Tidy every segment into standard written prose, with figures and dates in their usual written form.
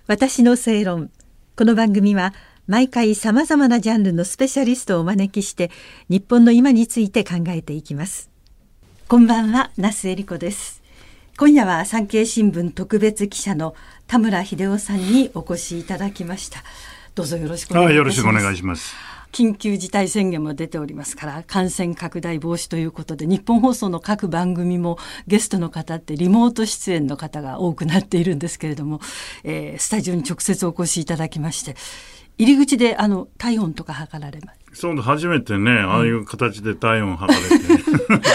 私の正論。この番組は毎回さまざまなジャンルのスペシャリストをお招きして日本の今について考えていきます。こんばんは、那須恵理子です。今夜は産経新聞特別記者の田村秀夫さんにお越しいただきました。どうぞよろしくお願いいたします。 よろしくお願いします。 緊急事態宣言も出ておりますから感染拡大防止ということで、日本放送の各番組もゲストの方ってリモート出演の方が多くなっているんですけれども、スタジオに直接お越しいただきまして、入り口で体温とか測られます。 そう初めてね、ああいう形で体温測れて、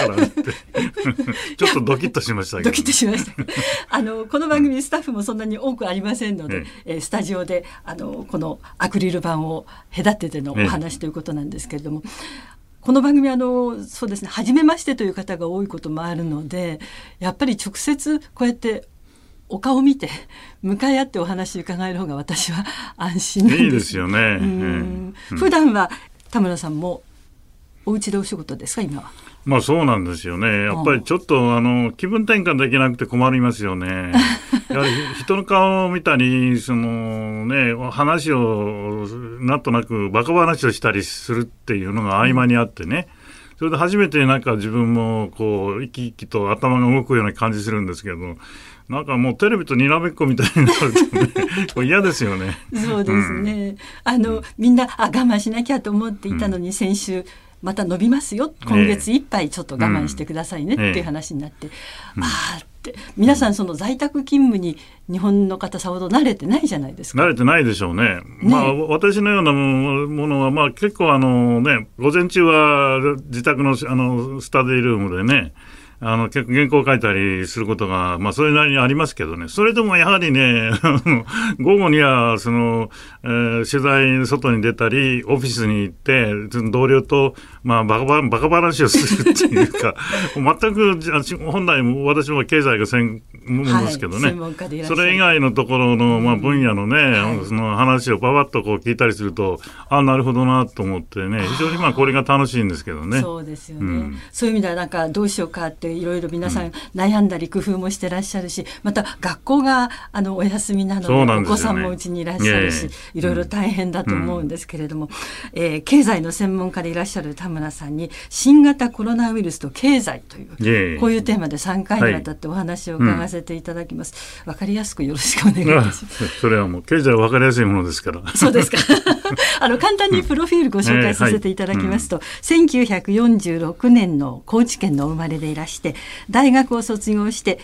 ちょっとドキッとしましたけど、 ドキッとしましたこの番組スタッフもそんなに多くありませんので、スタジオでこのアクリル板を隔ててのお話ということなんですけれども、この番組そうですね、初めましてという方が多いこともあるので、やっぱり直接こうやってお顔を見て向かい合ってお話を伺える方が私は安心なんです。 いいですよね。 普段は田村さんもお家でお仕事ですか、今は。 まあそうなんですよね。やっぱりちょっと気分転換できなくて困りますよね。やはり人の顔を見たり、話をなんとなくバカ話をしたりするっていうのが合間にあってね。それで初めて自分も生き生きと頭が動くような感じするんですけど、もうテレビとにらめっこみたいになるとね嫌ですよね。 そうですね、みんな我慢しなきゃと思っていたのに、先週また伸びますよ、今月いっぱいちょっと我慢してくださいねっていう話になって、って皆さんその在宅勤務に日本の方さほど慣れてないじゃないですか。 慣れてないでしょうね。私のようなものは結構午前中は自宅のスタディルームでね、結構原稿を書いたりすることが、それなりにありますけどね。それでもやはりね、午後には取材外に出たり、オフィスに行って、同僚と、バカ話をするっていうか、全く、本来私も経済が専門ですけどね。それ以外のところの、分野のね、その話をパパッと聞いたりすると、なるほどなと思ってね、非常にこれが楽しいんですけどね。 そうですよね。そういう意味ではどうしようかっていろいろ皆さん悩んだり工夫もしてらっしゃるし、また学校がお休みなのでお子さんもうちにいらっしゃるし、いろいろ大変だと思うんですけれども、経済の専門家でいらっしゃる田村さんに新型コロナウイルスと経済というこういうテーマで3回にわたってお話を伺わせていただきます。わかりやすくよろしくお願いいたします。 それはもう経済はわかりやすいものですから。 そうですか簡単にプロフィールご紹介させていただきますと、1946年の高知県のお生まれでいらして、大学を卒業して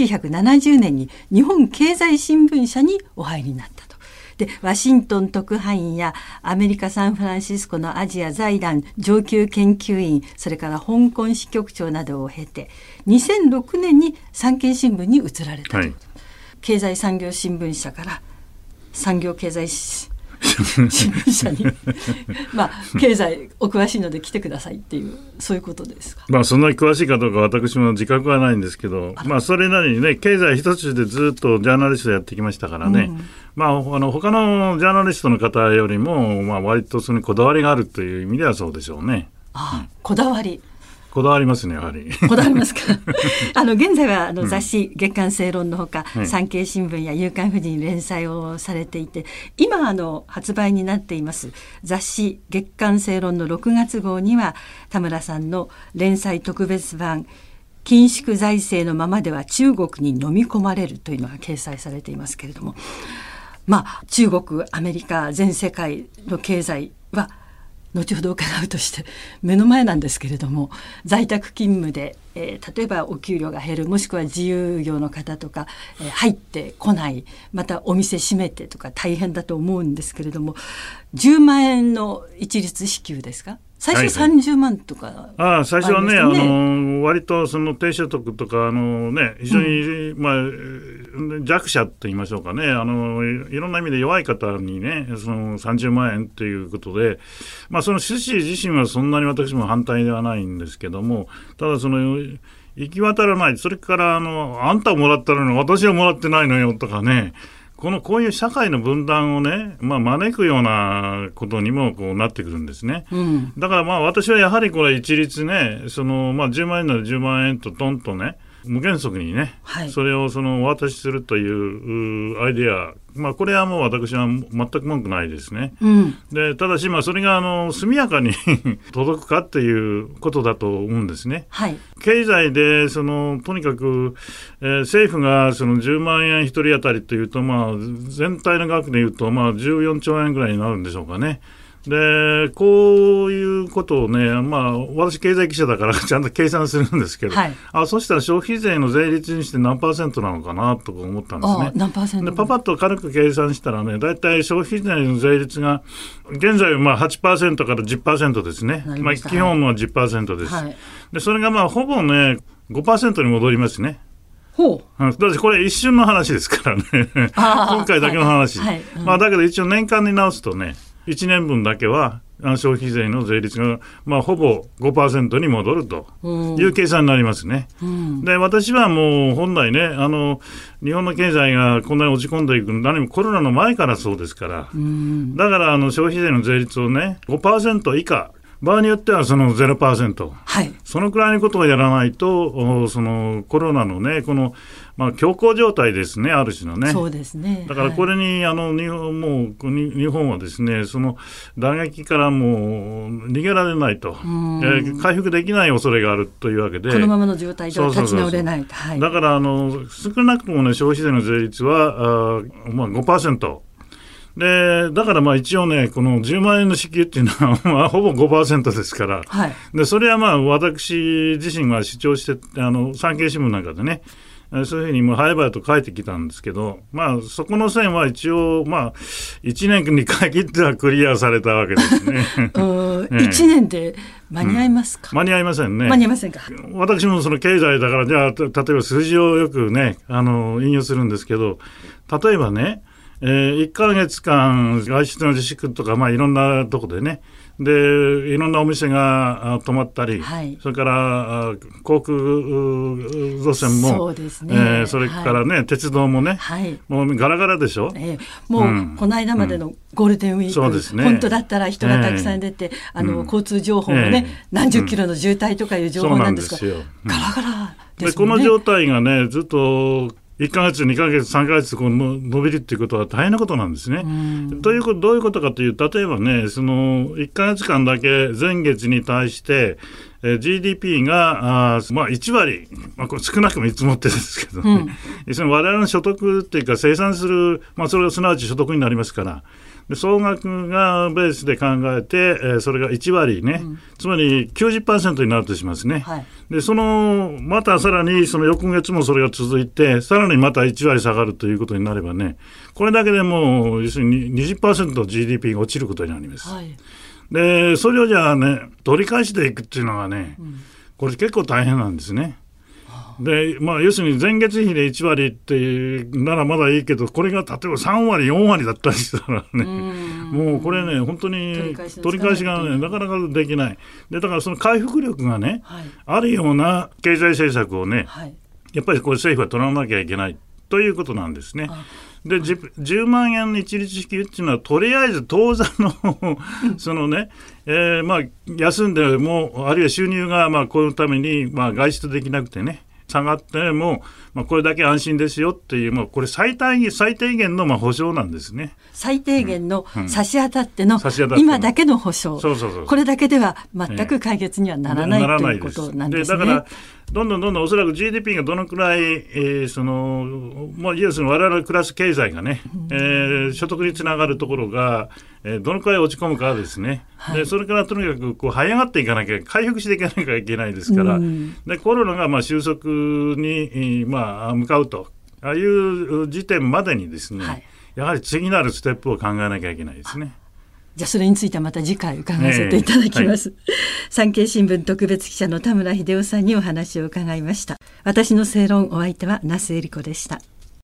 1970年に日本経済新聞社にお入りになったと。でワシントン特派員やアメリカサンフランシスコのアジア財団上級研究員、それから香港支局長などを経て2006年に産経新聞に移られたと、経済産業新聞社から産業経済新聞社に経済お詳しいので来てくださいっていう、そういうことですか。 そんなに詳しいかどうか私も自覚はないんですけど、それなりにね、経済一つでずっとジャーナリストやってきましたからね、他のジャーナリストの方よりも、割とそれにこだわりがあるという意味ではそうでしょうね。 こだわりますね、やはり。 こだわりますか現在は雑誌月刊正論のほか、産経新聞や夕刊フジに連載をされていて、今発売になっています雑誌月刊正論の6月号には田村さんの連載特別版緊縮財政のままでは中国に飲み込まれるというのが掲載されていますけれども、中国、アメリカ、全世界の経済は後ほど伺うとして目の前なんですけれども、在宅勤務で、例えばお給料が減る、もしくは自由業の方とか、入ってこない、またお店閉めてとか大変だと思うんですけれども、10万円の一律支給ですか。最初30万とか、 最初はね、割とその低所得とか非常に、弱者と言いましょうかね、いろんな意味で弱い方にね、その30万円ということで、その趣旨自身はそんなに私も反対ではないんですけども、ただ行き渡らない、それからあんたはもらったのに私はもらってないのよとかね、こういう社会の分断をね、招くようなことにもなってくるんですね。だから私はやはりこれ一律ね、10万円なら10万円とトンとね、 無原則にね、 はい、 それをお渡しするというアイデア、これはもう私は全く文句ないですね。でただし、それが速やかに届くかっていうことだと思うんですね。 はい、 経済でとにかく、政府が10万円1人当たりというと、全体の額でいうと14兆円ぐらいになるんでしょうかね。でこういうことをね、私経済記者だからちゃんと計算するんですけど、はい、そしたら消費税の税率にして何%なのかなと思ったんですね。 何% でパパッと軽く計算したらね、だいたい消費税の税率が現在は8% から 10% ですね。基本は 10% です、はい、でそれがほぼね 5% に戻りますね。だってこれ一瞬の話ですからね今回だけの話、はいはい、だけど一応年間に直すとね、1年分だけは消費税の税率が、ほぼ 5% に戻るという計算になりますね。で私はもう本来ね、日本の経済がこんなに落ち込んでいく、何もコロナの前からそうですから、だから消費税の税率をね 5% 以下、場合によっては0%、はい、そのくらいのことをやらないとコロナのね強行状態ですね、ある種のね。 そうですね。 だからこれに、日本はですね、打撃からもう逃げられないと、回復できない恐れがあるというわけで、 このままの状態では立ち直れない。 だから少なくともね、消費税の税率は5%。でだから一応ね、この10万円の支給っていうのはほぼ 5% ですから、はい、でそれは私自身が主張して産経新聞なんかでね、そういうふうに早々と書いてきたんですけど、そこの線は一応1年に限ってはクリアされたわけですね 1年で間に合いますか？ 間に合いませんね。 間に合いませんか。 私も経済だから、じゃあ例えば数字をよくね引用するんですけど、例えばね1ヶ月間外出の自粛とか、いろんなとこでね、でいろんなお店が止まったり、はい、それから航空路線もそうですね、 それからね、はい、鉄道もね、はい、もうガラガラでしょ、 もうこの間までのゴールデンウィーク、そうですね、本当だったら人がたくさん出て、交通情報もね、何十キロの渋滞とかいう情報なんですが、ガラガラですもんね。 でこの状態がねずっと1ヶ月、2ヶ月、3ヶ月伸びるっていうことは大変なことなんですね。どういうことかという、例えばね、1ヶ月間だけ前月に対して、GDP が1割、これ少なくともいつもってですけどね、我々の所得っていうか生産する、それがすなわち所得になりますから、で総額がベースで考えて、それが1割ね、つまり 90% になるとしますね、はい、でまたさらにその翌月もそれが続いて、さらにまた1割下がるということになればね、これだけでもう要するに 20% GDP が落ちることになります、はい、でそれをじゃあね取り返していくっていうのがね、これ結構大変なんですね。で要するに前月比で1割ってならまだいいけど、これが例えば3割4割だったりしたらね、もうこれね本当に取り返しがねなかなかできない。でだからその回復力がね、はい、あるような経済政策をね、はい、やっぱりこれ政府は取らなきゃいけないということなんですね。で10万円の一律支給っていうのはとりあえず当座のそのね、休んでもあるいは収入がこういうために外出できなくてね下がっても、これだけ安心ですよっていう、これ最低限の保障なんですね。 最低限の差し当たっての、今だけの保障、これだけでは全く解決にはならない、ということなんですね。 だからどんどんおそらく GDP がどのくらい、要するに我々の暮らす経済がね、所得につながるところが、どのくらい落ち込むかですね、はい、でそれからとにかく這い上がっていかなきゃ、回復していかなきゃいけないですから、でコロナが収束に、向かうという時点までにですね、はい、やはり次なるステップを考えなきゃいけないですね。 じゃあそれについてはまた次回伺わせていただきます、はい、産経新聞特別記者の田村秀夫さんにお話を伺いました。私の正論、お相手は那須恵理子でした。